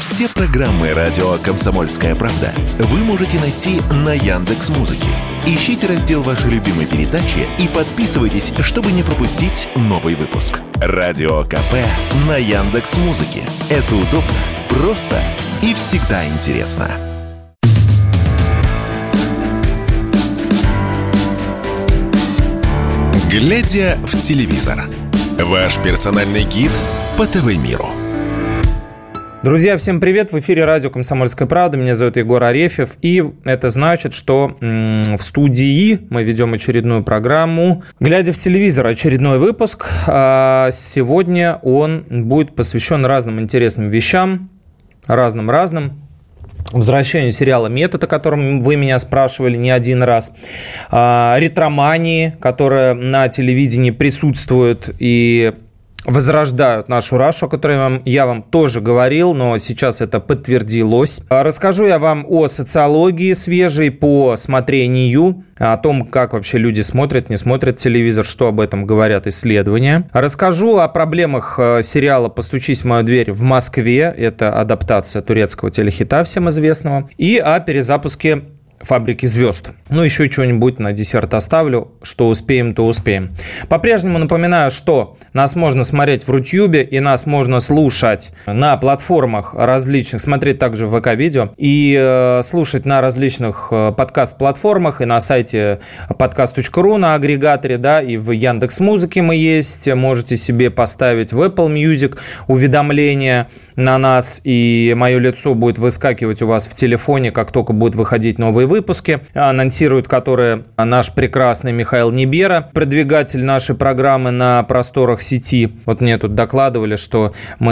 Все программы радио «Комсомольская правда» вы можете найти на Яндекс.Музыке. Ищите раздел вашей любимой передачи и подписывайтесь, чтобы не пропустить новый выпуск. Радио КП на Яндекс.Музыке. Это удобно, просто и всегда интересно. Глядя в телевизор. Ваш персональный гид по ТВ-миру. Друзья, всем привет! В эфире радио «Комсомольская правда». Меня зовут Егор Арефьев. И это значит, что в студии мы ведем очередную программу «Глядя в телевизор». Очередной выпуск. Сегодня он будет посвящен разным интересным вещам. Разным. Возвращению сериала «Метод», о котором вы меня спрашивали не один раз. Ретромании, которая на телевидении присутствует и возрождают нашу Рашу, о которой я вам тоже говорил, но сейчас это подтвердилось. Расскажу я вам о социологии свежей по смотрению, о том, как вообще люди смотрят, не смотрят телевизор, что об этом говорят исследования. Расскажу о проблемах сериала «Постучись в мою дверь» в Москве. Это адаптация турецкого телехита, всем известного. И о перезапуске «Фабрики звезд». Ну, еще что-нибудь на десерт оставлю. Что успеем, то успеем. По-прежнему напоминаю, что нас можно смотреть в Рутюбе и нас можно слушать на платформах различных, смотреть также в ВК-видео и слушать на различных подкаст-платформах и на сайте podcast.ru на агрегаторе, да, и в Яндекс.Музыке мы есть. Можете себе поставить в Apple Music уведомления на нас, и мое лицо будет выскакивать у вас в телефоне, как только будут выходить новые выпуски, анонсирует которые наш прекрасный Михаил Нибера, продвигатель нашей программы на просторах сети. Вот мне тут докладывали, что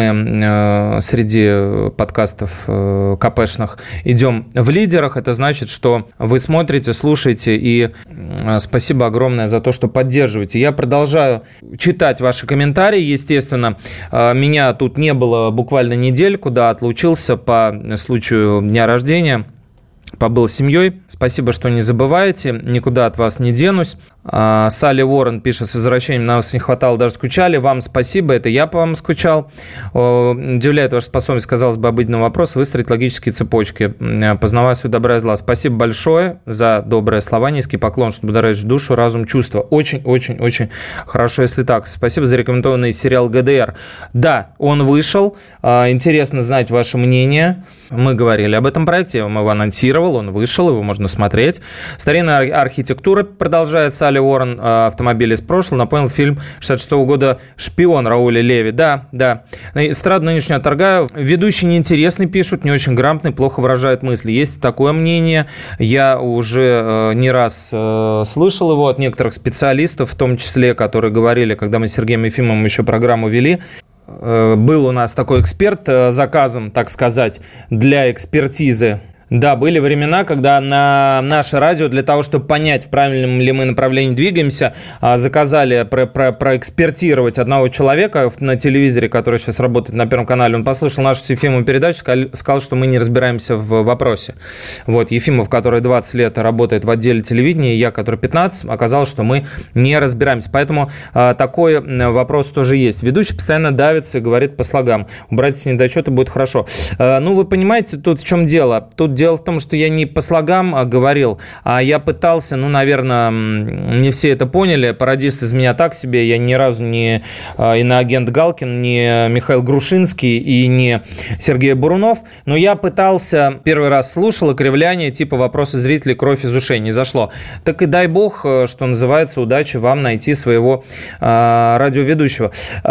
мы среди подкастов КПшных идем в лидерах. Это значит, что вы смотрите, слушаете, и спасибо огромное за то, что поддерживаете. Я продолжаю читать ваши комментарии, естественно. Меня тут не было буквально недельку, да, отлучился по случаю дня рождения. Побыл с семьей. Спасибо, что не забываете. Никуда от вас не денусь. Салли Уоррен пишет: с возвращением нас не хватало, даже скучали. Вам спасибо, это я по вам скучал. Удивляет ваша способность, казалось бы, обыденного вопроса выстроить логические цепочки, познавая суть добра и зла. Спасибо большое за добрые слова. Низкий поклон, что будоражишь душу, разум, чувства. Очень хорошо, если так. Спасибо за рекомендованный сериал ГДР. Да, он вышел. Интересно знать ваше мнение. Мы говорили об этом проекте, я вам его анонсировал, он вышел, его можно смотреть. Старинная архитектура, продолжает Салли Уоррен, автомобили из прошлого, напомнил фильм 66-го года «Шпион» Рауля Леви. Да. Эстраду нынешнюю отторгаю. Ведущий неинтересный, пишут, не очень грамотный, плохо выражает мысли. Есть такое мнение. Я уже не раз слышал его от некоторых специалистов, в том числе, которые говорили, когда мы с Сергеем Ефимовым еще программу вели. Был у нас такой эксперт, заказан, так сказать, для экспертизы. Да, были времена, когда на наше радио для того, чтобы понять, в правильном ли мы направлении двигаемся, заказали проэкспертировать одного человека на телевизоре, который сейчас работает на Первом канале. Он послушал нашу с Ефимовым передачу, сказал, что мы не разбираемся в вопросе. Вот, Ефимов, который 20 лет работает в отделе телевидения, и я, который 15, оказалось, что мы не разбираемся. Поэтому такой вопрос тоже есть. Ведущий постоянно давится и говорит по слогам. Убрать эти недочеты будет хорошо. Ну, вы понимаете, тут в чем дело? Тут дело в том, что я не по слогам говорил, а я пытался, наверное, не все это поняли, пародист из меня так себе, я ни разу не иноагент Галкин, не Михаил Грушинский и не Сергей Бурунов, но я пытался, первый раз слушал, и кривляние типа «Вопросы зрителей, кровь из ушей» не зашло. Так и дай бог, что называется, удачи вам найти своего радиоведущего.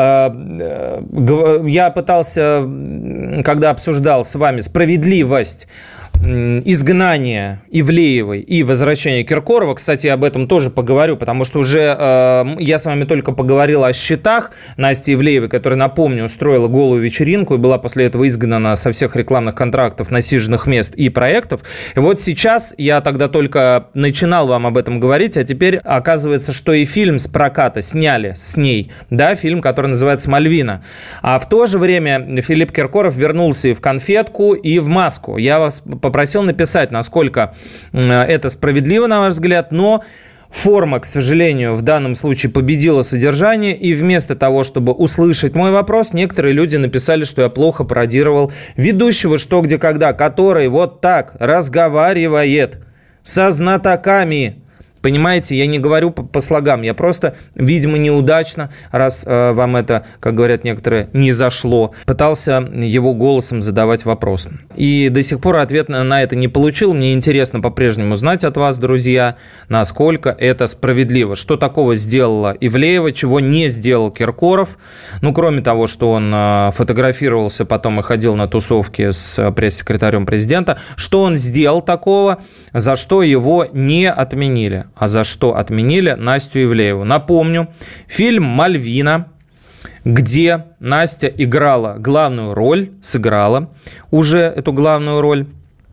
Я пытался, когда обсуждал с вами справедливость изгнания Ивлеевой и возвращения Киркорова. Кстати, об этом тоже поговорю, потому что уже я с вами только поговорил о счетах Насти Ивлеевой, которая, напомню, устроила голую вечеринку и была после этого изгнана со всех рекламных контрактов, насиженных мест и проектов. И вот сейчас я тогда только начинал вам об этом говорить, а теперь оказывается, что и фильм с проката сняли с ней, да, фильм, который называется «Мальвина». А в то же время Филипп Киркоров вернулся и в «Конфетку», и в «Маску». Я вас попросил написать, насколько это справедливо, на ваш взгляд, но форма, к сожалению, в данном случае победила содержание, и вместо того, чтобы услышать мой вопрос, некоторые люди написали, что я плохо пародировал ведущего «Что, где, когда», который вот так разговаривает со знатоками. Понимаете, я не говорю по слогам, я просто, видимо, неудачно, раз вам это, как говорят некоторые, не зашло, пытался его голосом задавать вопрос. И до сих пор ответ на это не получил. Мне интересно по-прежнему знать от вас, друзья, насколько это справедливо. Что такого сделала Ивлеева, чего не сделал Киркоров. Ну, кроме того, что он фотографировался потом и ходил на тусовки с пресс-секретарем президента. Что он сделал такого, за что его не отменили? А за что отменили Настю Ивлееву? Напомню, фильм «Мальвина», где Настя играла главную роль, сыграла уже эту главную роль,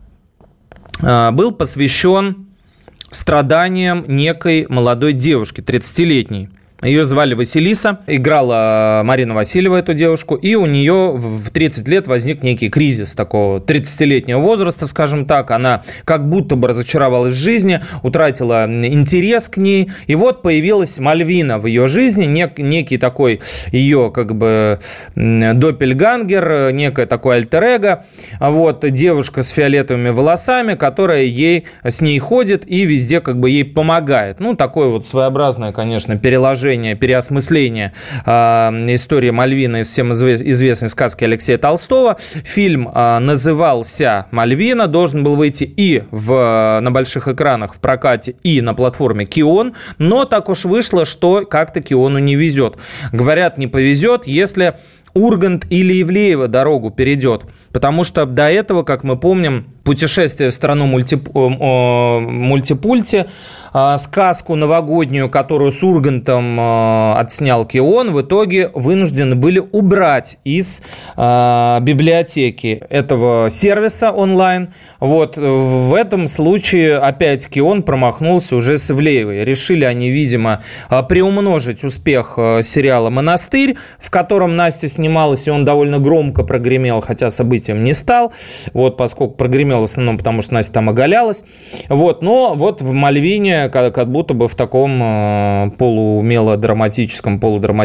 был посвящен страданиям некой молодой девушки, 30-летней. Ее звали Василиса, играла Марина Васильева, эту девушку, и у нее в 30 лет возник некий кризис такого 30-летнего возраста, скажем так. Она как будто бы разочаровалась в жизни, утратила интерес к ней, и вот появилась Мальвина в ее жизни, некий такой ее как бы доппельгангер, некое такое альтер-эго, вот, девушка с фиолетовыми волосами, которая с ней ходит и везде как бы ей помогает. Ну, такое вот своеобразное, конечно, переосмысление истории Мальвины из всем известной сказки Алексея Толстого. Фильм назывался «Мальвина», должен был выйти и на больших экранах в прокате, и на платформе Кион, но так уж вышло, что как-то Киону не везет. Говорят, не повезет, если Ургант или Ивлеева дорогу перейдет, потому что до этого, как мы помним, «Путешествие в страну мультипульти», сказку новогоднюю, которую с Ургантом отснял Кион, в итоге вынуждены были убрать из библиотеки этого сервиса онлайн. Вот в этом случае опять Кион промахнулся уже с Ивлеевой. Решили они, видимо, приумножить успех сериала «Монастырь», в котором Настя снималась, и он довольно громко прогремел, хотя событием не стал, вот, поскольку прогремел в основном потому, что Настя там оголялась. Вот, но вот в «Мальвине» как будто бы в таком полудраматическом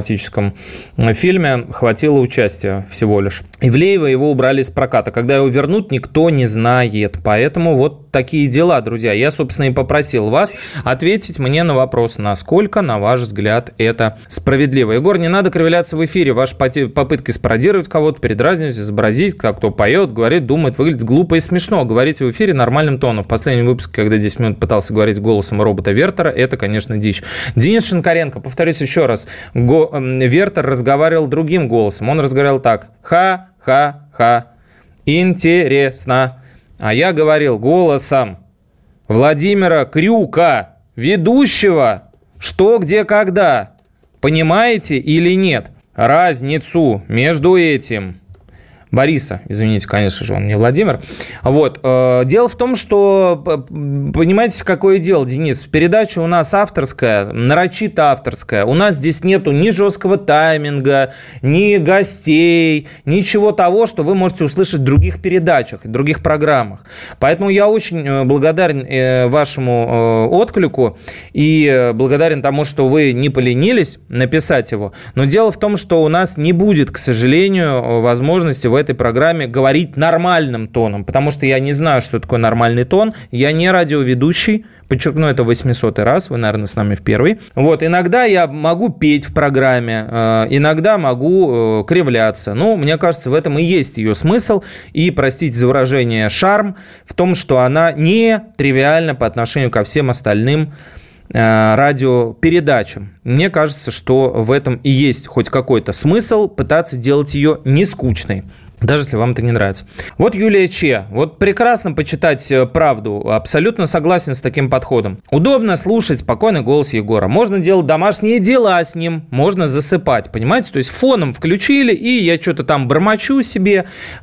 фильме хватило участия всего лишь. Ивлеева его убрали из проката. Когда его вернут, никто не знает. Поэтому вот такие дела, друзья. Я, собственно, и попросил вас ответить мне на вопрос, насколько, на ваш взгляд, это справедливо. Егор, не надо кривляться в эфире. Ваши попытки спародировать кого-то, передразнить, изобразить, кто поет, говорит, думает, выглядит глупо и смешно. Говорите в эфире нормальным тоном. В последнем выпуске, когда 10 минут пытался говорить голосом робота Вертера, это, конечно, дичь. Денис Шинкаренко, повторюсь еще раз, Вертер разговаривал другим голосом. Он разговаривал так: ха-ха-ха, интересно. А я говорил голосом Владимира Крюка, ведущего «Что, где, когда». Понимаете или нет разницу между этим? Бориса, извините, конечно же, он не Владимир. Вот. Дело в том, что, понимаете, какое дело, Денис, передача у нас авторская, нарочито авторская. У нас здесь нету ни жесткого тайминга, ни гостей, ничего того, что вы можете услышать в других передачах, в других программах. Поэтому я очень благодарен вашему отклику и благодарен тому, что вы не поленились написать его. Но дело в том, что у нас не будет, к сожалению, возможности в этой программе говорить нормальным тоном, потому что я не знаю, что такое нормальный тон. Я не радиоведущий, подчеркну это 800-й раз, вы, наверное, с нами в первый. Вот, иногда я могу петь в программе, иногда могу кривляться. Ну, мне кажется, в этом и есть ее смысл. И, простите за выражение, шарм в том, что она не тривиальна по отношению ко всем остальным радиопередачам. Мне кажется, что в этом и есть хоть какой-то смысл пытаться делать ее не скучной, даже если вам это не нравится. Вот Юлия Че. Вот прекрасно почитать «Правду». Абсолютно согласен с таким подходом. Удобно слушать спокойный голос Егора. Можно делать домашние дела с ним. Можно засыпать, понимаете? То есть фоном включили, и я что-то там бормочу себе,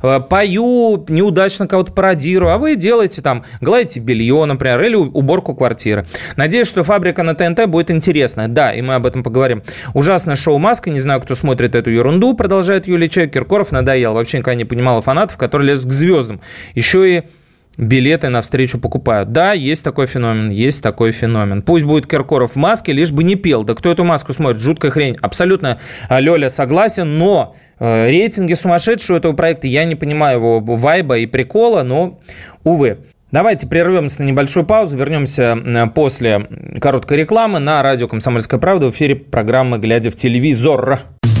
пою, неудачно кого-то пародирую. А вы делаете там, гладите белье, например, или уборку квартиры. Надеюсь, что «Фабрика» на ТНТ будет интересная. Да, и мы об этом поговорим. Ужасное шоу «Маска». Не знаю, кто смотрит эту ерунду, продолжает Юлия Че. Киркоров надоел. Вообще никогда не понимала фанатов, которые лезут к звездам. Еще и билеты на встречу покупают. Да, есть такой феномен. Пусть будет Киркоров в маске, лишь бы не пел. Да кто эту маску смотрит? Жуткая хрень. Абсолютно, Лёля, согласен, но рейтинги сумасшедшие у этого проекта. Я не понимаю его вайба и прикола, но, увы. Давайте прервемся на небольшую паузу, вернемся после короткой рекламы на радио «Комсомольская правда» в эфире программы «Глядя в телевизор».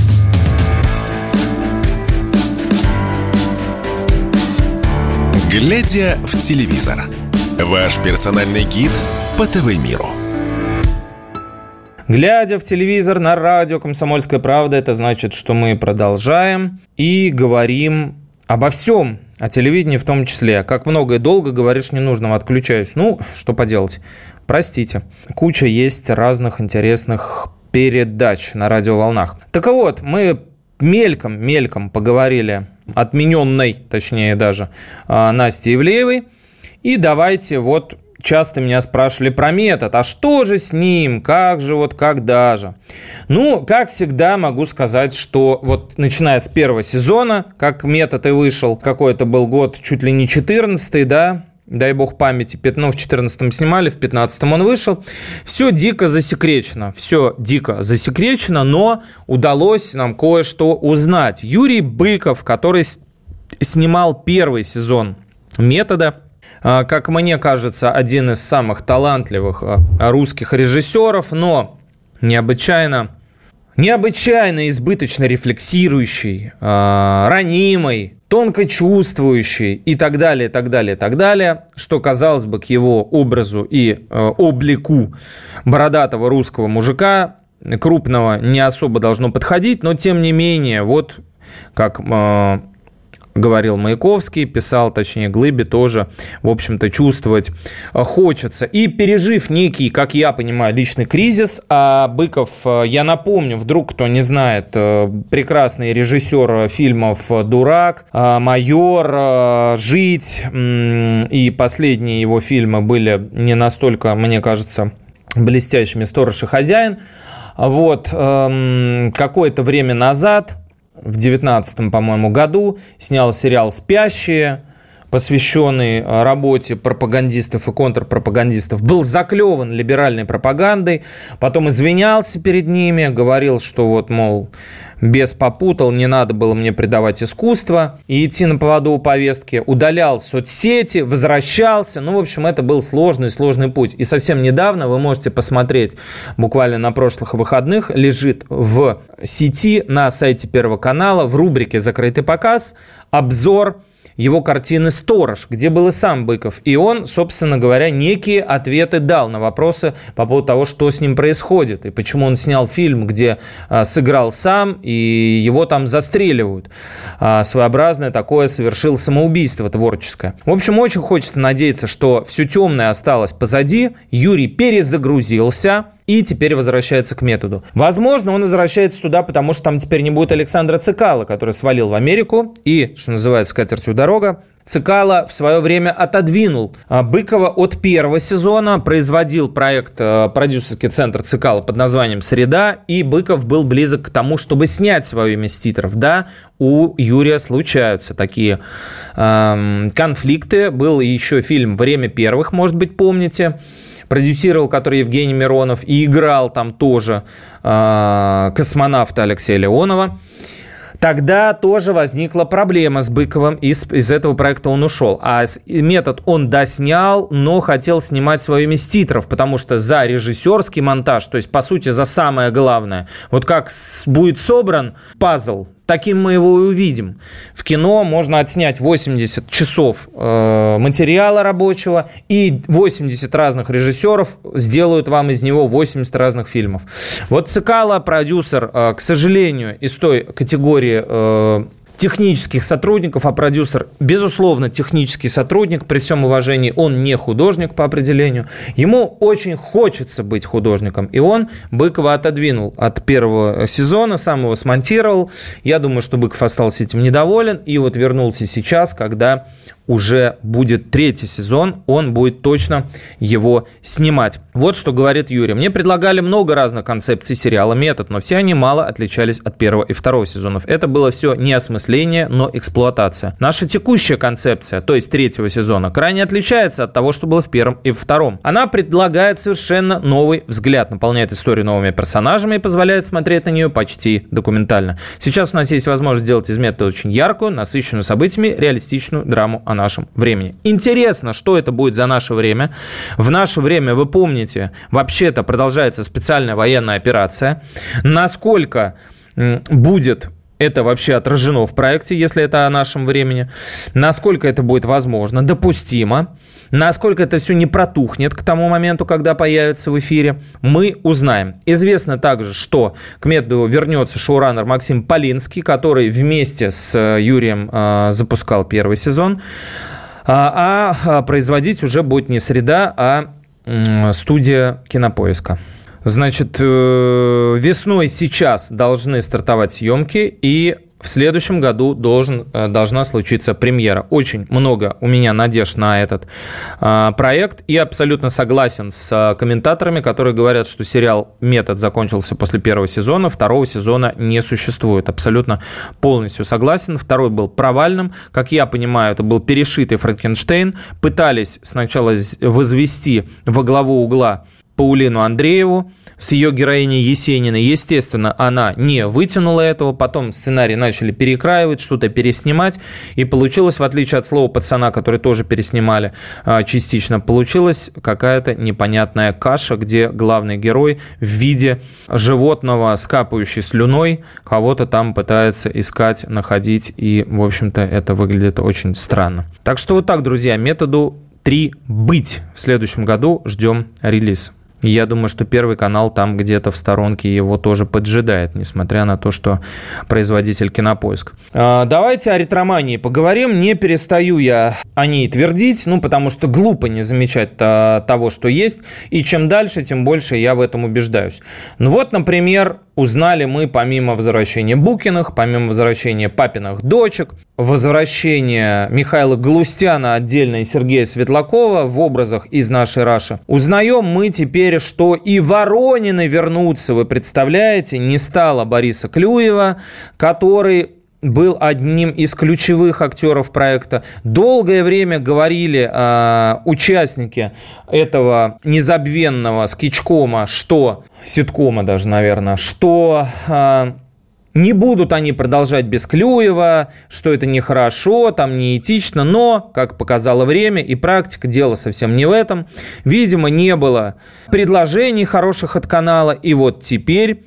«Глядя в телевизор» – ваш персональный гид по ТВ-миру. Глядя в телевизор на радио «Комсомольская правда», это значит, что мы продолжаем и говорим обо всем, о телевидении в том числе. Как много и долго говоришь ненужного, отключаюсь. Ну, что поделать, простите. Куча есть разных интересных передач на радиоволнах. Так вот, мы мельком поговорили отмененной, точнее даже, Насти Ивлеевой. И давайте вот... Часто меня спрашивали про метод. А что же с ним? Как же, вот когда же? Ну, как всегда, могу сказать, что вот начиная с первого сезона, как метод и вышел, какой-то был год, чуть ли не 14-й, да, дай бог памяти, Пятно в 14-м снимали, в 15-м он вышел. Все дико засекречено, но удалось нам кое-что узнать. Юрий Быков, который снимал первый сезон метода, как мне кажется, один из самых талантливых русских режиссеров, но необычайно избыточно рефлексирующий, ранимый, тонко чувствующий и так далее, что, казалось бы, к его образу и облику бородатого русского мужика крупного не особо должно подходить, но тем не менее, вот как... говорил Маяковский, писал, точнее, Глыбе тоже, в общем-то, чувствовать хочется. И пережив некий, как я понимаю, личный кризис, а Быков, я напомню, вдруг кто не знает, прекрасный режиссер фильмов «Дурак», «Майор», «Жить», и последние его фильмы были не настолько, мне кажется, блестящими, «Сторож и хозяин». Вот, какое-то время назад... В 19-м, по-моему, году снял сериал «Спящие», посвященный работе пропагандистов и контрпропагандистов. Был заклеван либеральной пропагандой, потом извинялся перед ними, говорил, что вот, мол, бес попутал, не надо было мне предавать искусство и идти на поводу у повестки, удалял соцсети, возвращался. Ну, в общем, это был сложный путь. И совсем недавно, вы можете посмотреть, буквально на прошлых выходных, лежит в сети на сайте Первого канала в рубрике «Закрытый показ» обзор его картины «Сторож», где был и сам Быков. И он, собственно говоря, некие ответы дал на вопросы по поводу того, что с ним происходит, и почему он снял фильм, где сыграл сам, и его там застреливают. Своеобразное такое совершил самоубийство творческое. В общем, очень хочется надеяться, что все темное осталось позади, Юрий перезагрузился, и теперь возвращается к методу. Возможно, он возвращается туда, потому что там теперь не будет Александра Цекало, который свалил в Америку и, что называется, скатертью дорога. Цекало в свое время отодвинул Быкова от первого сезона, производил проект продюсерский центр Цекало под названием «Среда», и Быков был близок к тому, чтобы снять свое имя с титров. Да, у Юрия случаются такие конфликты. Был еще фильм «Время первых», может быть, помните, продюсировал который Евгений Миронов, и играл там тоже космонавта Алексея Леонова. Тогда тоже возникла проблема с Быковым, и из этого проекта он ушел. А метод он доснял, но хотел снимать свое имя с титров, потому что за режиссерский монтаж, то есть, по сути, за самое главное, вот как будет собран пазл, таким мы его и увидим. В кино можно отснять 80 часов материала рабочего, и 80 разных режиссеров сделают вам из него 80 разных фильмов. Вот Цекало, продюсер, к сожалению, из той категории технических сотрудников, а продюсер, безусловно, технический сотрудник, при всем уважении, он не художник по определению. Ему очень хочется быть художником, и он Быкова отодвинул от первого сезона, сам его смонтировал. Я думаю, что Быков остался этим недоволен, и вот вернулся сейчас, когда уже будет 3-й сезон, он будет точно его снимать. Вот что говорит Юрий. Мне предлагали много разных концепций сериала «Метод», но все они мало отличались от 1 и 2 сезонов. Это было все не осмысление, но эксплуатация. Наша текущая концепция, то есть 3-го сезона, крайне отличается от того, что было в 1 и 2. Она предлагает совершенно новый взгляд, наполняет историю новыми персонажами и позволяет смотреть на нее почти документально. Сейчас у нас есть возможность сделать из «Метода» очень яркую, насыщенную событиями, реалистичную драму о нашем времени. Интересно, что это будет за наше время. В наше время, вы помните, вообще-то продолжается специальная военная операция. Насколько будет это вообще отражено в проекте, если это о нашем времени? Насколько это будет возможно, допустимо? Насколько это все не протухнет к тому моменту, когда появится в эфире? Мы узнаем. Известно также, что к «Методу» вернется шоураннер Максим Полинский, который вместе с Юрием запускал 1 сезон. А производить уже будет не «Среда», а студия «Кинопоиска». Значит, весной сейчас должны стартовать съемки, и в следующем году должна случиться премьера. Очень много у меня надежд на этот проект, и абсолютно согласен с комментаторами, которые говорят, что сериал «Метод» закончился после 1 сезона, 2 сезона не существует. Абсолютно полностью согласен. 2 был провальным. Как я понимаю, это был перешитый Франкенштейн. Пытались сначала возвести во главу угла Паулину Андрееву с ее героиней Есениной. Естественно, она не вытянула этого. Потом сценарий начали перекраивать, что-то переснимать. И получилось, в отличие от «Слова пацана», который тоже переснимали частично, получилась какая-то непонятная каша, где главный герой в виде животного с капающей слюной кого-то там пытается искать, находить. И, в общем-то, это выглядит очень странно. Так что вот так, друзья, «Методу 3 быть». В следующем году ждем релиз. Я думаю, что Первый канал там где-то в сторонке его тоже поджидает, несмотря на то, что производитель Кинопоиск. Давайте о ретромании поговорим. Не перестаю я о ней твердить, потому что глупо не замечать того, что есть. И чем дальше, тем больше я в этом убеждаюсь. Вот, например, узнали мы, помимо возвращения Букиных, помимо возвращения папиных дочек, возвращения Михаила Галустяна отдельно и Сергея Светлакова в образах из «Нашей Раши», узнаем мы теперь, что и Воронины вернутся, вы представляете, не стало Бориса Клюева, который был одним из ключевых актеров проекта. Долгое время говорили участники этого незабвенного скетчкома, ситкома даже, наверное, что не будут они продолжать без Клюева, что это нехорошо, там неэтично, но, как показало время и практика, дело совсем не в этом. Видимо, не было предложений хороших от канала, и вот теперь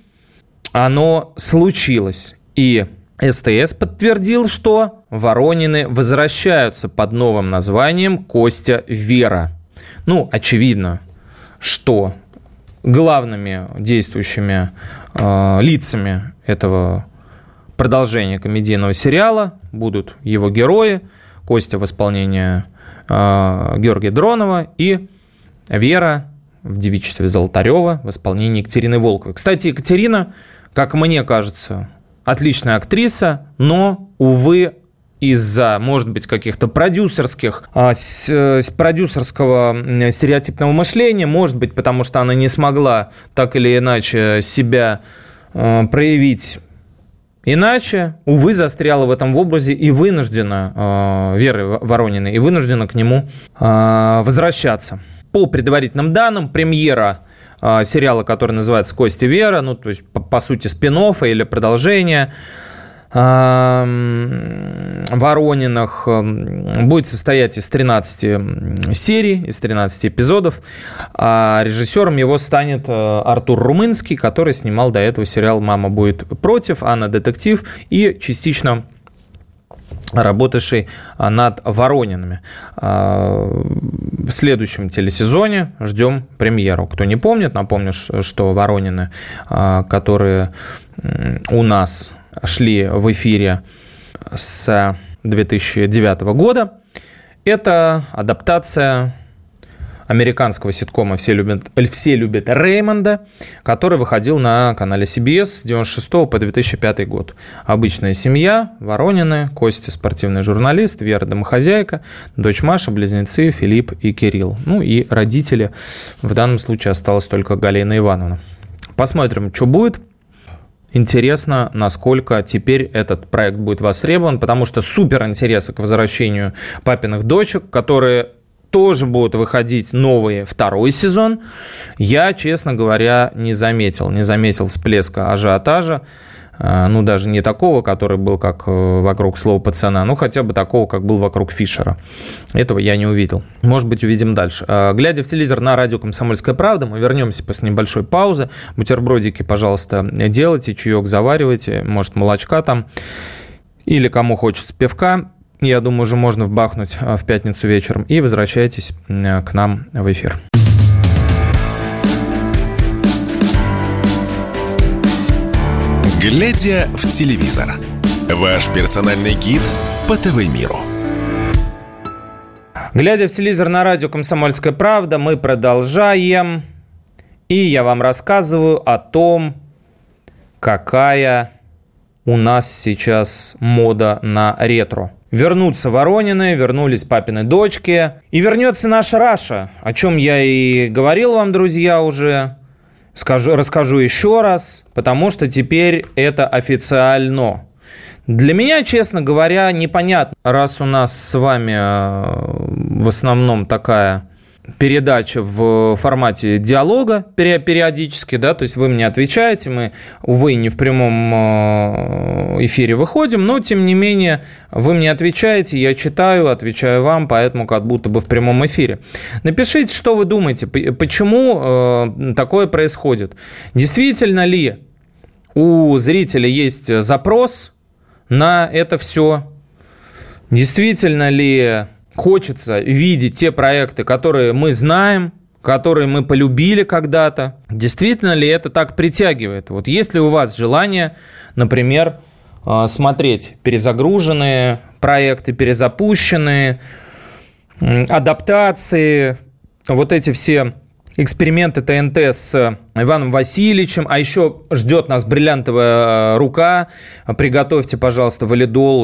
оно случилось. И СТС подтвердил, что Воронины возвращаются под новым названием «Костя Вера». Очевидно, что главными действующими лицами этого продолжения комедийного сериала будут его герои: Костя в исполнении Георгия Дронова и Вера в девичестве Золотарева в исполнении Екатерины Волковой. Кстати, Екатерина, как мне кажется, отличная актриса, но, увы, из-за, может быть, каких-то продюсерского стереотипного мышления, может быть, потому что она не смогла так или иначе себя проявить иначе, увы, застряла в этом образе и вынуждена, Веры Ворониной, и вынуждена к нему возвращаться. По предварительным данным, премьера сериала, который называется «Костя Вера», то есть, по сути, спин-офф или продолжение Ворониных, будет состоять из 13 серий, из 13 эпизодов. А режиссером его станет Артур Румынский, который снимал до этого сериал «Мама будет против», «Анна детектив» и частично работавший над Воронинами. В следующем телесезоне ждем премьеру. Кто не помнит, напомню, что Воронины, которые у нас шли в эфире с 2009 года, это адаптация американского ситкома «Все любят Рэймонда», который выходил на канале CBS с 1996 по 2005 год. «Обычная семья», Воронины, Костя – спортивный журналист, Вера – домохозяйка, дочь Маша, близнецы Филипп и Кирилл. Ну и родители. В данном случае осталась только Галина Ивановна. Посмотрим, что будет. Интересно, насколько теперь этот проект будет востребован, потому что супер интереса к возвращению «Папиных дочек», которые тоже будут выходить новые второй сезон, я, честно говоря, не заметил всплеска ажиотажа, ну, даже не такого, который был как вокруг слова «пацана», ну, хотя бы такого, как был вокруг Фишера. Этого я не увидел. Может быть, увидим дальше. Глядя в телевизор на радио «Комсомольская правда», мы вернемся после небольшой паузы. Бутербродики, пожалуйста, делайте, чаек заваривайте, может, молочка там, или кому хочется пивка. Я думаю, уже можно вбахнуть в пятницу вечером. И возвращайтесь к нам в эфир. Глядя в телевизор. Ваш персональный гид по ТВ-миру. Глядя в телевизор на радио «Комсомольская правда», мы продолжаем. И я вам рассказываю о том, какая у нас сейчас мода на ретро. Вернутся Воронины, вернулись «Папины дочки. И вернется наша Раша, о чем я и говорил вам, друзья, уже. Расскажу еще раз, потому что теперь это официально. Для меня, честно говоря, непонятно, раз у нас с вами в основном такая передача в формате диалога периодически, да, то есть вы мне отвечаете, мы, увы, не в прямом эфире выходим, но, тем не менее, вы мне отвечаете, я читаю, отвечаю вам, поэтому как будто бы в прямом эфире. Напишите, что вы думаете, почему такое происходит. Действительно ли у зрителя есть запрос на это все? Действительно ли хочется видеть те проекты, которые мы знаем, которые мы полюбили когда-то? Действительно ли это так притягивает? Вот есть ли у вас желание, например, смотреть перезагруженные проекты, перезапущенные, адаптации, вот эти все эксперименты ТНТ с Иваном Васильевичем, а еще ждет нас «Бриллиантовая рука». Приготовьте, пожалуйста, валидол,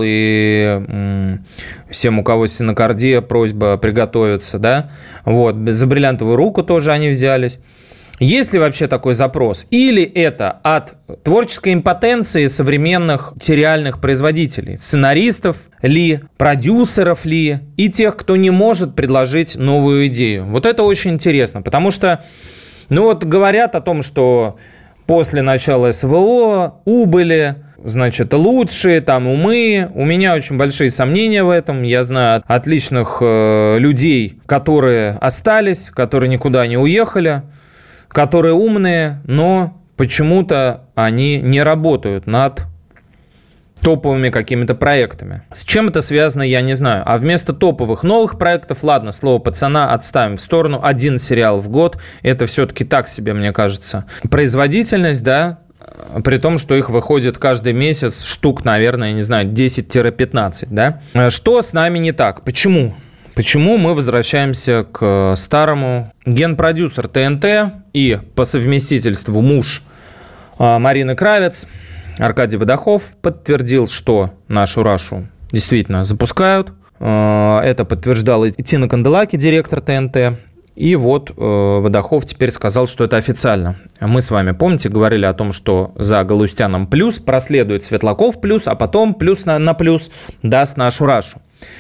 и всем, у кого стенокардия, просьба приготовиться, да? Вот, за «Бриллиантовую руку» тоже они взялись. Есть ли вообще такой запрос? Или это от творческой импотенции современных сериальных производителей? Сценаристов ли, продюсеров ли и тех, кто не может предложить новую идею? Вот это очень интересно, потому что, ну вот говорят о том, что после начала СВО убыли, значит, лучшие там умы. У меня очень большие сомнения в этом. Я знаю отличных людей, которые остались, которые никуда не уехали, которые умные, но почему-то они не работают над топовыми какими-то проектами. С чем это связано, я не знаю. А вместо топовых новых проектов, ладно, слово «пацана» отставим в сторону. 1 сериал в год, это все-таки так себе, мне кажется. Производительность, да, при том, что их выходит каждый месяц штук, наверное, не знаю, 10-15, да. Что с нами не так? Почему? Почему мы возвращаемся к старому? Генпродюсер ТНТ и по совместительству муж Марины Кравец, Аркадий Водохов, подтвердил, что нашу Рашу действительно запускают. Это подтверждала Тина Канделаки, директор ТНТ. И вот Водохов теперь сказал, что это официально. Мы с вами, помните, говорили о том, что за Галустяном плюс проследует Светлаков плюс, а потом плюс на плюс даст нашу Рашу.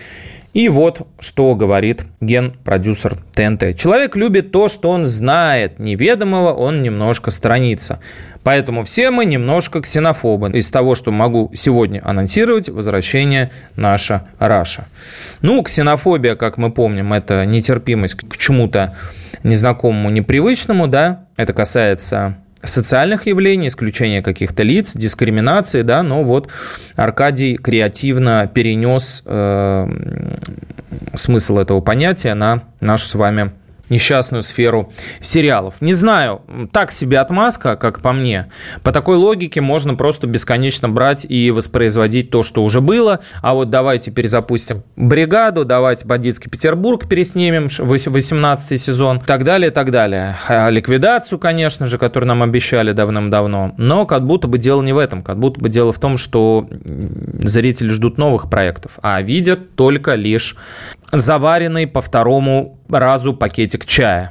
И вот что говорит генпродюсер ТНТ. Человек любит то, что он знает. Неведомого он немножко сторонится. Поэтому все мы немножко ксенофобы. Из того, что могу сегодня анонсировать, возвращение наша Раша. Ну, ксенофобия, как мы помним, это нетерпимость к чему-то незнакомому, непривычному, да. Это касается социальных явлений, исключения каких-то лиц, дискриминации, да, но вот Аркадий креативно перенес смысл этого понятия на нашу с вами несчастную сферу сериалов. Не знаю, так себе отмазка, как по мне. По такой логике можно просто бесконечно брать и воспроизводить то, что уже было. А вот давайте перезапустим «Бригаду», давайте «Бандитский Петербург» переснимем, 18-й сезон, и так далее, и так далее. «Ликвидацию», конечно же, которую нам обещали давным-давно. Но как будто бы дело не в этом. Как будто бы дело в том, что зрители ждут новых проектов, а видят только лишь заваренный по второму разу пакетик чая.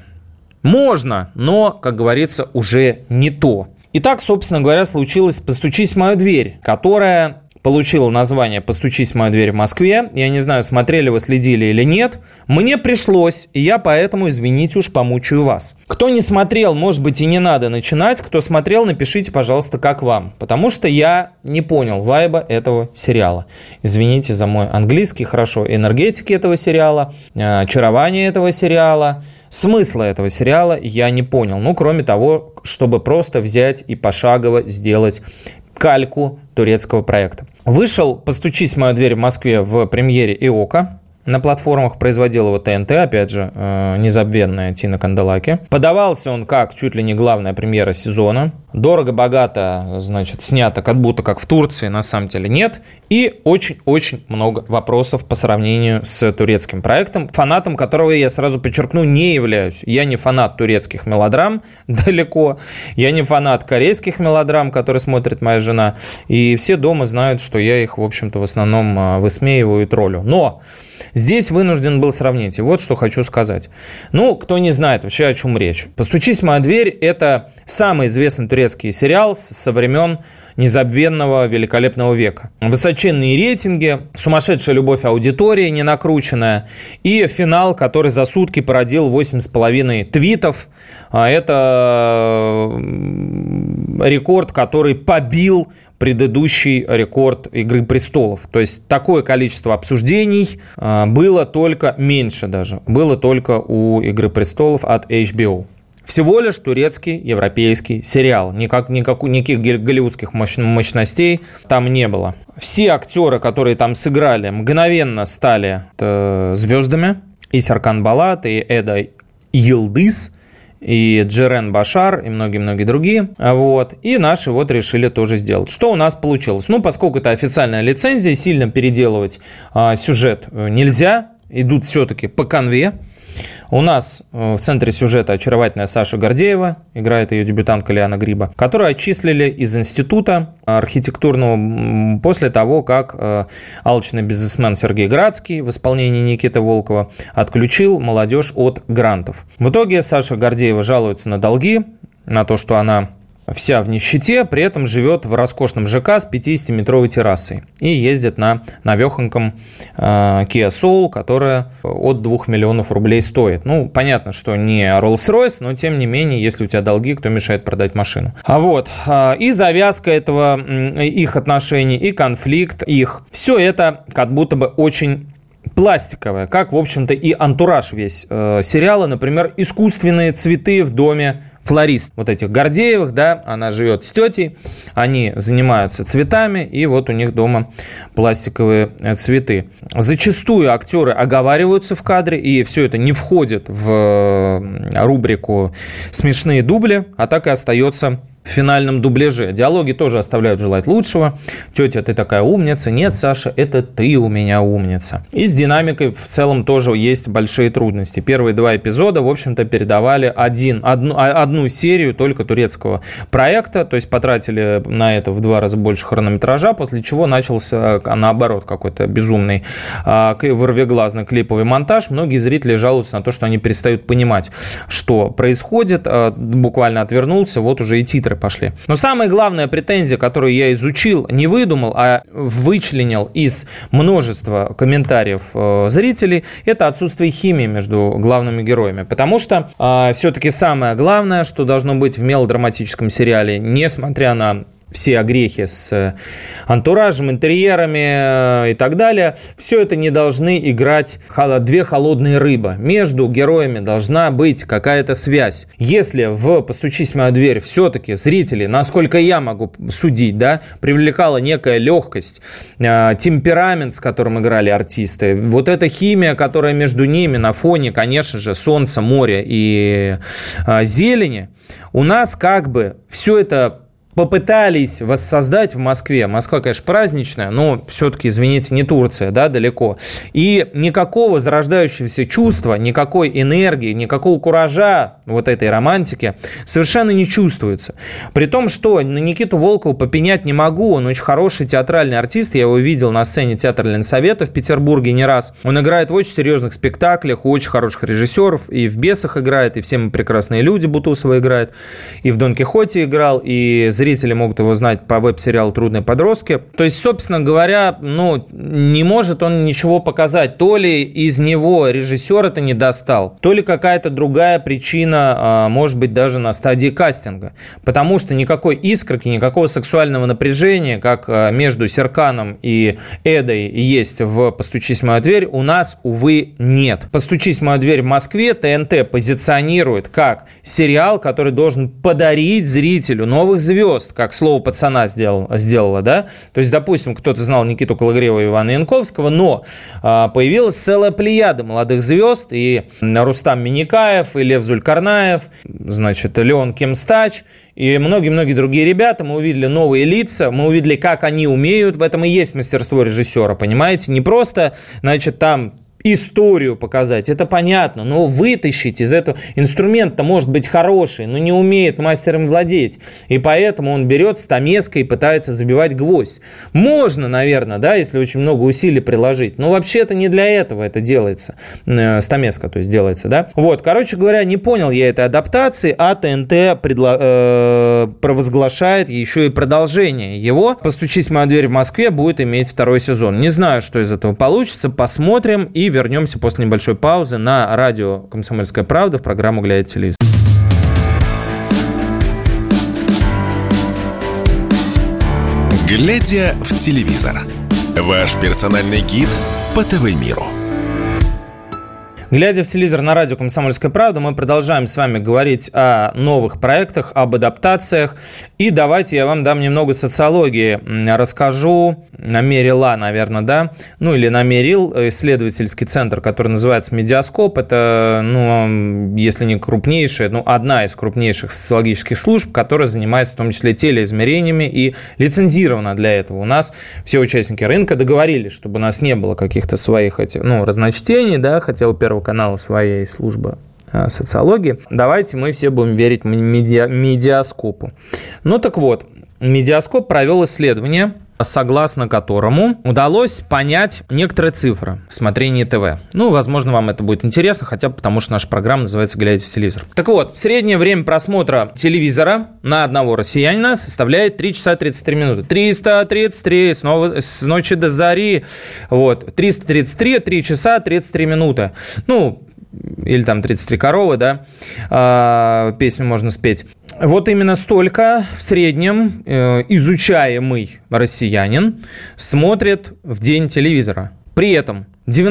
Можно, но, как говорится, уже не то. Итак, собственно говоря, случилось «Постучись в мою дверь», которая получила название «Постучись в мою дверь» в Москве. Я не знаю, смотрели вы, следили или нет. Мне пришлось, и я поэтому, извините уж, помучаю вас. Кто не смотрел, может быть, и не надо начинать. Кто смотрел, напишите, пожалуйста, как вам. Потому что я не понял вайба этого сериала. Извините за мой английский, хорошо, энергетики этого сериала, очарование этого сериала. Смысла этого сериала я не понял. Ну, кроме того, чтобы просто взять и пошагово сделать кальку турецкого проекта. Вышел «Постучись в мою дверь» в Москве в премьере ИОКа. На платформах производил его ТНТ, опять же, незабвенная Тина Канделаки. Подавался он как чуть ли не главная премьера сезона. Дорого-богато, значит, снято как будто как в Турции, на самом деле нет. И очень-очень много вопросов по сравнению с турецким проектом, фанатом которого, я сразу подчеркну, не являюсь. Я не фанат турецких мелодрам, далеко. Я не фанат корейских мелодрам, которые смотрит моя жена. И все дома знают, что я их, в общем-то, в основном высмеиваю и троллю. Но здесь вынужден был сравнить. И вот что хочу сказать. Ну, кто не знает вообще, о чем речь. «Постучись в мою дверь» — это самый известный турецкий сериал со времен незабвенного великолепного века. Высоченные рейтинги, сумасшедшая любовь аудитории, не накрученная, и финал, который за сутки породил 8,5 твитов. Это рекорд, который побил предыдущий рекорд «Игры престолов». То есть такое количество обсуждений было только меньше даже. Было только у «Игры престолов» от HBO. Всего лишь турецкий европейский сериал. Никаких голливудских мощностей там не было. Все актеры, которые там сыграли, мгновенно стали звездами. И Серкан Балат, и Эда Йылдыз, и Джерен Башар, и многие-многие другие. Вот. И наши вот решили тоже сделать. Что у нас получилось? Ну, поскольку это официальная лицензия, сильно переделывать сюжет нельзя. Идут все-таки по канве. У нас в центре сюжета очаровательная Саша Гордеева, играет ее дебютантка Лиана Гриба, которую отчислили из института архитектурного после того, как алчный бизнесмен Сергей Градский в исполнении Никиты Волкова отключил молодежь от грантов. В итоге Саша Гордеева жалуется на долги, на то, что она вся в нищете, при этом живет в роскошном ЖК с 50-метровой террасой и ездит на навехоньком Kia Soul, которая от 2 миллионов рублей стоит. Ну, понятно, что не Rolls-Royce, но тем не менее, если у тебя долги, кто мешает продать машину? И завязка этого их отношений, и конфликт их, все это как будто бы очень пластиковое, как, в общем-то, и антураж весь сериала, например, искусственные цветы в доме флорист вот этих Гордеевых, да, она живет с тетей, они занимаются цветами, и вот у них дома пластиковые цветы. Зачастую актеры оговариваются в кадре, и все это не входит в рубрику «Смешные дубли», а так и остается в финальном дубляже. Диалоги тоже оставляют желать лучшего. Тетя, ты такая умница. Нет, Саша, это ты у меня умница. И с динамикой в целом тоже есть большие трудности. Первые 2 эпизода, в общем-то, передавали одну серию только турецкого проекта. То есть потратили на это в 2 раза больше хронометража, после чего начался, наоборот, какой-то безумный вырвиглазный клиповый монтаж. Многие зрители жалуются на то, что они перестают понимать, что происходит. Буквально отвернулся, вот уже и титры пошли. Но самая главная претензия, которую я изучил, не выдумал, а вычленил из множества комментариев зрителей, это отсутствие химии между главными героями. Потому что все-таки самое главное, что должно быть в мелодраматическом сериале, несмотря на все огрехи с антуражем, интерьерами и так далее, все это не должны играть две холодные рыбы. Между героями должна быть какая-то связь. Если в «Постучись в мою дверь» все-таки зрители, насколько я могу судить, да, привлекала некая легкость, темперамент, с которым играли артисты, вот эта химия, которая между ними на фоне, конечно же, солнца, моря и зелени, у нас как бы все это попытались воссоздать в Москве. Москва, конечно, праздничная, но все-таки, извините, не Турция, да, далеко. И никакого зарождающегося чувства, никакой энергии, никакого куража вот этой романтики совершенно не чувствуется. При том, что на Никиту Волкова попенять не могу, он очень хороший театральный артист, я его видел на сцене театра Ленсовета в Петербурге не раз. Он играет в очень серьезных спектаклях, у очень хороших режиссеров, и в «Бесах» играет, и «Все мы прекрасные люди» Бутусова играет, и в «Дон Кихоте» играл, и зрители могут его знать по веб-сериалу «Трудные подростки». То есть, собственно говоря, не может он ничего показать. То ли из него режиссер это не достал, то ли какая-то другая причина, может быть, даже на стадии кастинга. Потому что никакой искорки, никакого сексуального напряжения, как между Серканом и Эдой есть в «Постучись в мою дверь», у нас, увы, нет. «Постучись в мою дверь» в Москве ТНТ позиционирует как сериал, который должен подарить зрителю новых звезд, как «Слово пацана» сделала, да? То есть, допустим, кто-то знал Никиту Кологрева и Ивана Янковского, но появилась целая плеяда молодых звезд, и Рустам Миникаев, и Лев Зулькарнаев, значит, Леон Кемстач, и многие-многие другие ребята. Мы увидели новые лица, мы увидели, как они умеют, в этом и есть мастерство режиссера, понимаете? Не просто, значит, там историю показать, это понятно, но вытащить из этого инструмент-то может быть хороший, но не умеет мастер им владеть, и поэтому он берет стамеской и пытается забивать гвоздь. Можно, наверное, да, если очень много усилий приложить, но вообще-то не для этого это делается, стамеска, то есть делается, да. Вот, короче говоря, не понял я этой адаптации, а ТНТ провозглашает еще и продолжение его. «Постучись в мою дверь» в Москве будет иметь второй сезон. Не знаю, что из этого получится, посмотрим и вернемся после небольшой паузы на радио «Комсомольская правда» в программу «Глядя в телевизор». «Глядя в телевизор» – ваш персональный гид по ТВ-миру. Глядя в телевизор на радио «Комсомольская правда», мы продолжаем с вами говорить о новых проектах, об адаптациях. И давайте я вам дам немного социологии. Расскажу, намерила, наверное, да, или намерил исследовательский центр, который называется «Медиаскоп». Это, если не крупнейшая, одна из крупнейших социологических служб, которая занимается в том числе телеизмерениями и лицензирована для этого. У нас все участники рынка договорились, чтобы у нас не было каких-то своих разночтений, да, хотя у Первого канала своей службы социологии. Давайте мы все будем верить Медиаскопу. Так вот, Медиаскоп провел исследование, согласно которому удалось понять некоторые цифры смотрения ТВ. Возможно, вам это будет интересно, хотя бы потому, что наша программа называется «Глядя в телевизор». Так вот, среднее время просмотра телевизора на одного россиянина составляет 3 часа 33 минуты. 333, снова с ночи до зари. 333, 3 часа 33 минуты. Или там 33 коровы, да, песню можно спеть. Вот именно столько в среднем изучаемый россиянин смотрит в день телевизора. При этом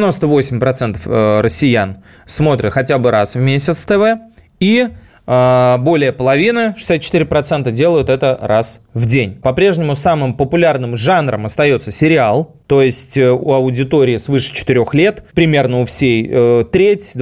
98% россиян смотрят хотя бы раз в месяц ТВ, и более половины, 64%, делают это раз в день. По-прежнему самым популярным жанром остается сериал, то есть у аудитории свыше 4 лет, примерно у всей треть,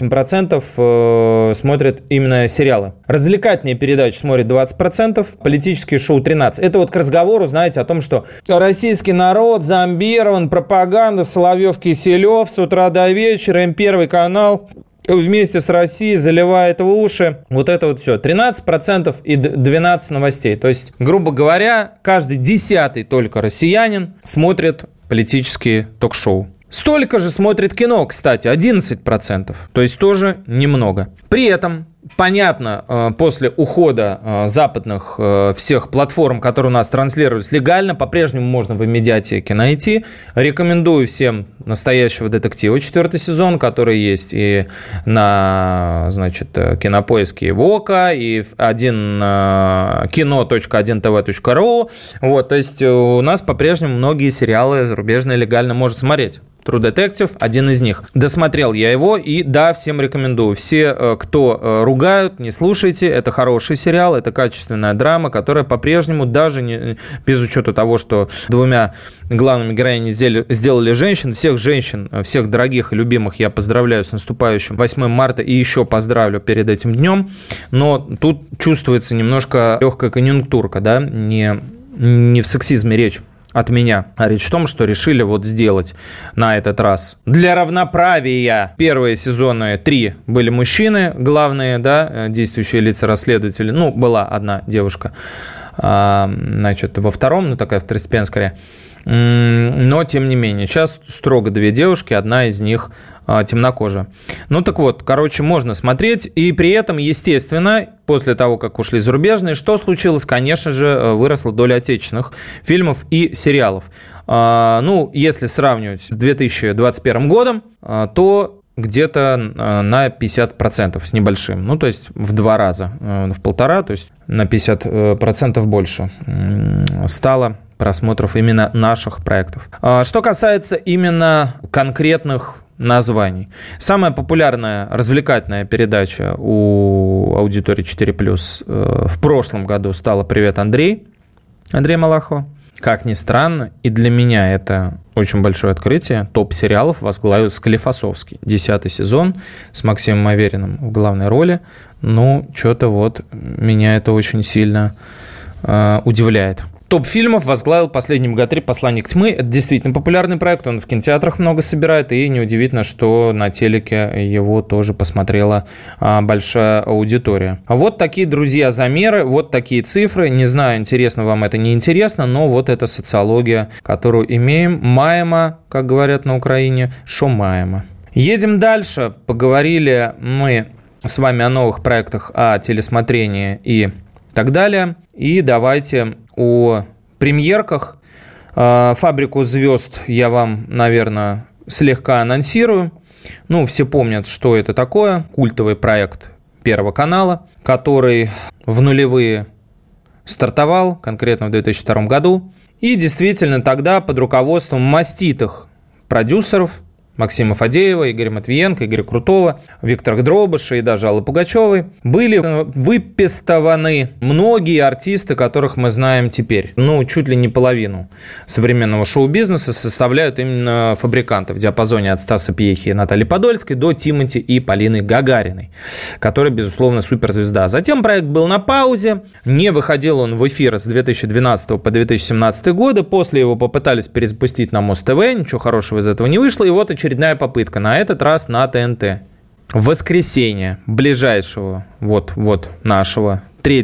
28% смотрят именно сериалы. Развлекательные передачи смотрят 20%, политические шоу 13%. Это к разговору, знаете, о том, что российский народ зомбирован, пропаганда, Соловьев, Киселев, с утра до вечера, им Первый канал вместе с Россией заливает в уши. Вот это все. 13% и 12 новостей. То есть, грубо говоря, каждый 10-й только россиянин смотрит политические ток-шоу. Столько же смотрит кино, кстати, 11%. То есть тоже немного. При этом понятно, после ухода западных всех платформ, которые у нас транслировались легально, по-прежнему можно в медиатеке найти. Рекомендую всем «Настоящего детектива» 4-й сезон, который есть и на, значит, Кинопоиске, и в ОКО, и кино.1tv.ru. Вот, то есть у нас по-прежнему многие сериалы зарубежные легально можно смотреть. True Detective – один из них. Досмотрел я его, и да, всем рекомендую. Все, кто ругают, не слушайте. Это хороший сериал, это качественная драма, которая по-прежнему, даже не, без учета того, что двумя главными героинями сделали женщин, всех дорогих и любимых я поздравляю с наступающим 8 марта и еще поздравлю перед этим днем. Но тут чувствуется немножко легкая конъюнктурка, да, не в сексизме речь от меня, а речь в том, что решили вот сделать на этот раз для равноправия. Первые сезоны 3 были мужчины главные, да, действующие лица расследователи. Ну, была одна девушка, значит, во втором, ну, такая второстепенная скорее. Но, тем не менее, сейчас строго 2 девушки, одна из них темнокожая. Ну, так вот, короче, можно смотреть. И при этом, естественно, после того, как ушли зарубежные, что случилось? Конечно же, выросла доля отечественных фильмов и сериалов. Ну, если сравнивать с 2021 годом, то где-то на 50% с небольшим. Ну, то есть в 2 раза, в 1,5, то есть на 50% больше стало просмотров именно наших проектов. Что касается именно конкретных названий. Самая популярная развлекательная передача у аудитории 4+, в прошлом году стала «Привет, Андрей» Андрея Малахова. Как ни странно, и для меня это очень большое открытие, топ сериалов возглавил Склифосовский. 10-й сезон с Максимом Авериным в главной роли. Ну, что-то вот меня это очень сильно удивляет. Топ фильмов возглавил «Последний богатырь. Посланник тьмы». Это действительно популярный проект, он в кинотеатрах много собирает, и неудивительно, что на телеке его тоже посмотрела большая аудитория. Вот такие, друзья, замеры, вот такие цифры. Не знаю, интересно вам это, не интересно, но вот это социология, которую имеем. Маемо, как говорят на Украине, шо маемо. Едем дальше. Поговорили мы с вами о новых проектах, о телесмотрении и так далее. И давайте о премьерках. «Фабрику звезд» я вам, наверное, слегка анонсирую. Ну, все помнят, что это такое. Культовый проект Первого канала, который в нулевые стартовал, конкретно в 2002 году. И действительно тогда под руководством маститых продюсеров Максима Фадеева, Игоря Матвиенко, Игоря Крутого, Виктора Дробыша и даже Аллы Пугачевой были выпестованы многие артисты, которых мы знаем теперь. Ну, чуть ли не половину современного шоу-бизнеса составляют именно фабриканты в диапазоне от Стаса Пьехи и Натальи Подольской до Тимати и Полины Гагариной, которая, безусловно, суперзвезда. Затем проект был на паузе, не выходил он в эфир с 2012 по 2017 годы, после его попытались перезапустить на Муз-ТВ, ничего хорошего из этого не вышло, и вот очередная попытка, на этот раз на ТНТ. В воскресенье ближайшего, вот нашего, 3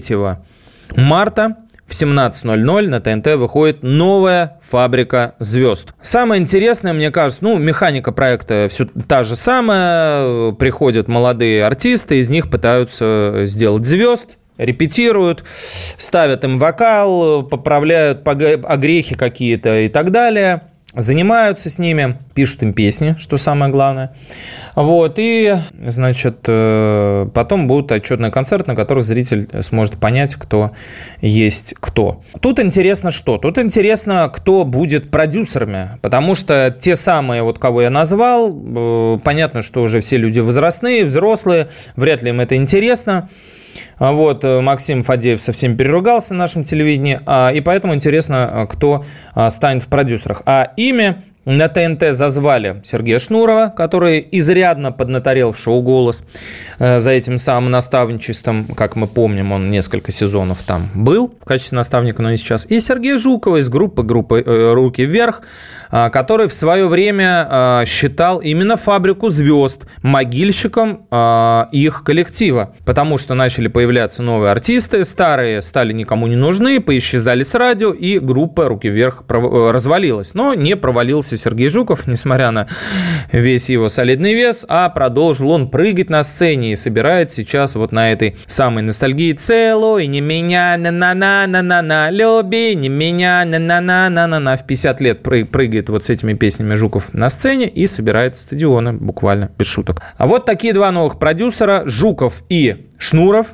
марта в 17:00 на ТНТ выходит новая «Фабрика звезд». Самое интересное, мне кажется, механика проекта все та же самая. Приходят молодые артисты, из них пытаются сделать звезд, репетируют, ставят им вокал, поправляют огрехи какие-то и так далее. Занимаются с ними, пишут им песни, что самое главное. Вот, и, значит, потом будут отчетные концерты, на которых зритель сможет понять, кто есть кто. Тут интересно что? Тут интересно, кто будет продюсерами, потому что те самые, кого я назвал, понятно, что уже все люди возрастные, взрослые, вряд ли им это интересно. Вот, Максим Фадеев совсем переругался на нашем телевидении, и поэтому интересно, кто станет в продюсерах. А ими на ТНТ зазвали Сергея Шнурова, который изрядно поднаторел в шоу «Голос» за этим самым наставничеством. Как мы помним, он несколько сезонов там был в качестве наставника, но не сейчас. И Сергея Жукова из группы «Руки вверх», который в свое время считал именно «Фабрику звезд» могильщиком их коллектива, потому что начали появляться новые артисты, старые стали никому не нужны, поисчезали с радио, и группа «Руки вверх» развалилась. Но не провалился Сергей Жуков, несмотря на весь его солидный вес, а продолжил он прыгать на сцене и собирает сейчас вот на этой самой ностальгии «Целуй не меня, на-на-на-на-на-на, люби не меня, на-на-на-на-на-на». В 50 лет прыгает вот с этими песнями Жуков на сцене и собирает стадионы, буквально, без шуток. А вот такие два новых продюсера, Жуков и Шнуров,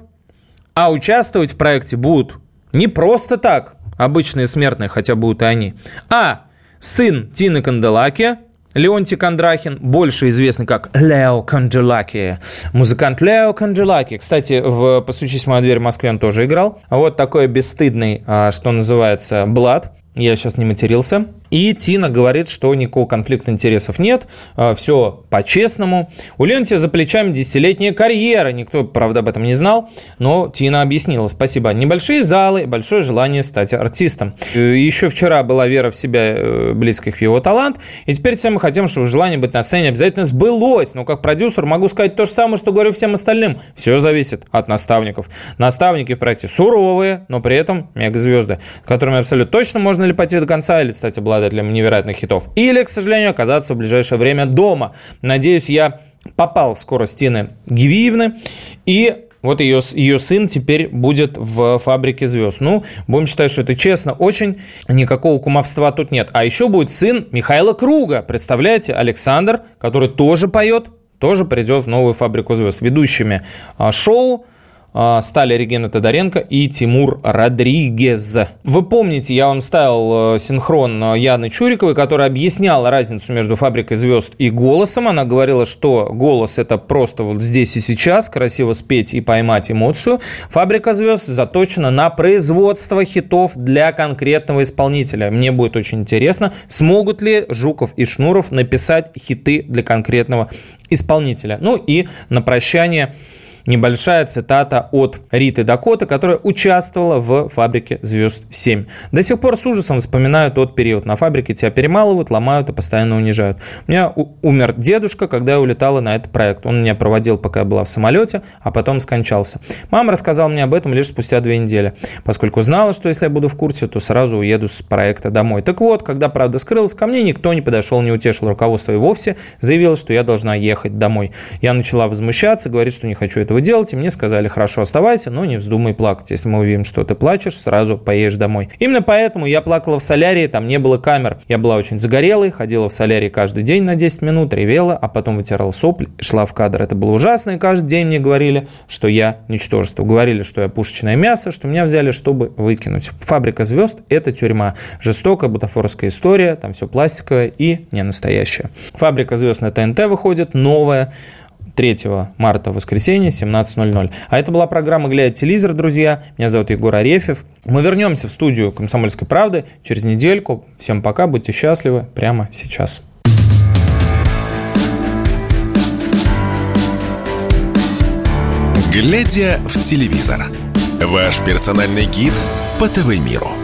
а участвовать в проекте будут не просто так, обычные смертные, хотя будут и они, а сын Тины Канделаки, Леонтий Кондрахин, больше известный как Лео Канделаки. Музыкант Лео Канделаки. Кстати, в «Постучись в мою дверь» в Москве он тоже играл. Вот такой бесстыдный, что называется, блат. Я сейчас не матерился. И Тина говорит, что никакого конфликта интересов нет, все по-честному. У Леонтия за плечами 10-летняя карьера, никто, правда, об этом не знал, но Тина объяснила, спасибо. Небольшие залы, большое желание стать артистом. Еще вчера была вера в себя, близких в его талант, и теперь все мы хотим, чтобы желание быть на сцене обязательно сбылось. Но как продюсер могу сказать то же самое, что говорю всем остальным. Все зависит от наставников. Наставники в проекте суровые, но при этом мегазвезды, с которыми абсолютно точно можно ли пойти до конца или стать обладателем невероятных хитов. Или, к сожалению, оказаться в ближайшее время дома. Надеюсь, я попал в скорость Тины Гивиевны. И вот ее сын теперь будет в «Фабрике звезд». Ну, будем считать, что это честно очень. Никакого кумовства тут нет. А еще будет сын Михаила Круга. Представляете, Александр, который тоже поет, тоже придет в новую «Фабрику звезд». Ведущими шоу стали Регина Тодоренко и Тимур Родригез. Вы помните, я вам ставил синхрон Яны Чуриковой, которая объясняла разницу между «Фабрикой звезд» и «Голосом». Она говорила, что голос – это просто вот здесь и сейчас, красиво спеть и поймать эмоцию. «Фабрика звезд» заточена на производство хитов для конкретного исполнителя. Мне будет очень интересно, смогут ли Жуков и Шнуров написать хиты для конкретного исполнителя. Ну и на прощание небольшая цитата от Риты Дакоты, которая участвовала в «Фабрике звезд 7». До сих пор с ужасом вспоминаю тот период. На фабрике тебя перемалывают, ломают и постоянно унижают. У меня умер дедушка, когда я улетала на этот проект. Он меня проводил, пока я была в самолете, а потом скончался. Мама рассказала мне об этом лишь спустя 2 недели, поскольку знала, что если я буду в курсе, то сразу уеду с проекта домой. Так вот, когда правда скрылась, ко мне никто не подошел, не утешил руководство и вовсе заявил, что я должна ехать домой. Я начала возмущаться, говорить, что не хочу этого делать, и мне сказали: хорошо, оставайся, но не вздумай плакать. Если мы увидим, что ты плачешь, сразу поедешь домой. Именно поэтому я плакала в солярии, там не было камер. Я была очень загорелой, ходила в солярий каждый день на 10 минут, ревела, а потом вытирала сопли, шла в кадр. Это было ужасно, и каждый день мне говорили, что я ничтожество. Говорили, что я пушечное мясо, что меня взяли, чтобы выкинуть. «Фабрика звезд» — это тюрьма. Жестокая бутафорская история, там все пластиковое и не настоящее. «Фабрика звезд» на ТНТ выходит, новая, 3 марта, воскресенье, 17:00. А это была программа «Глядя телевизор», друзья. Меня зовут Егор Арефьев. Мы вернемся в студию «Комсомольской правды» через недельку. Всем пока, будьте счастливы прямо сейчас. «Глядя в телевизор» – ваш персональный гид по ТВ-миру.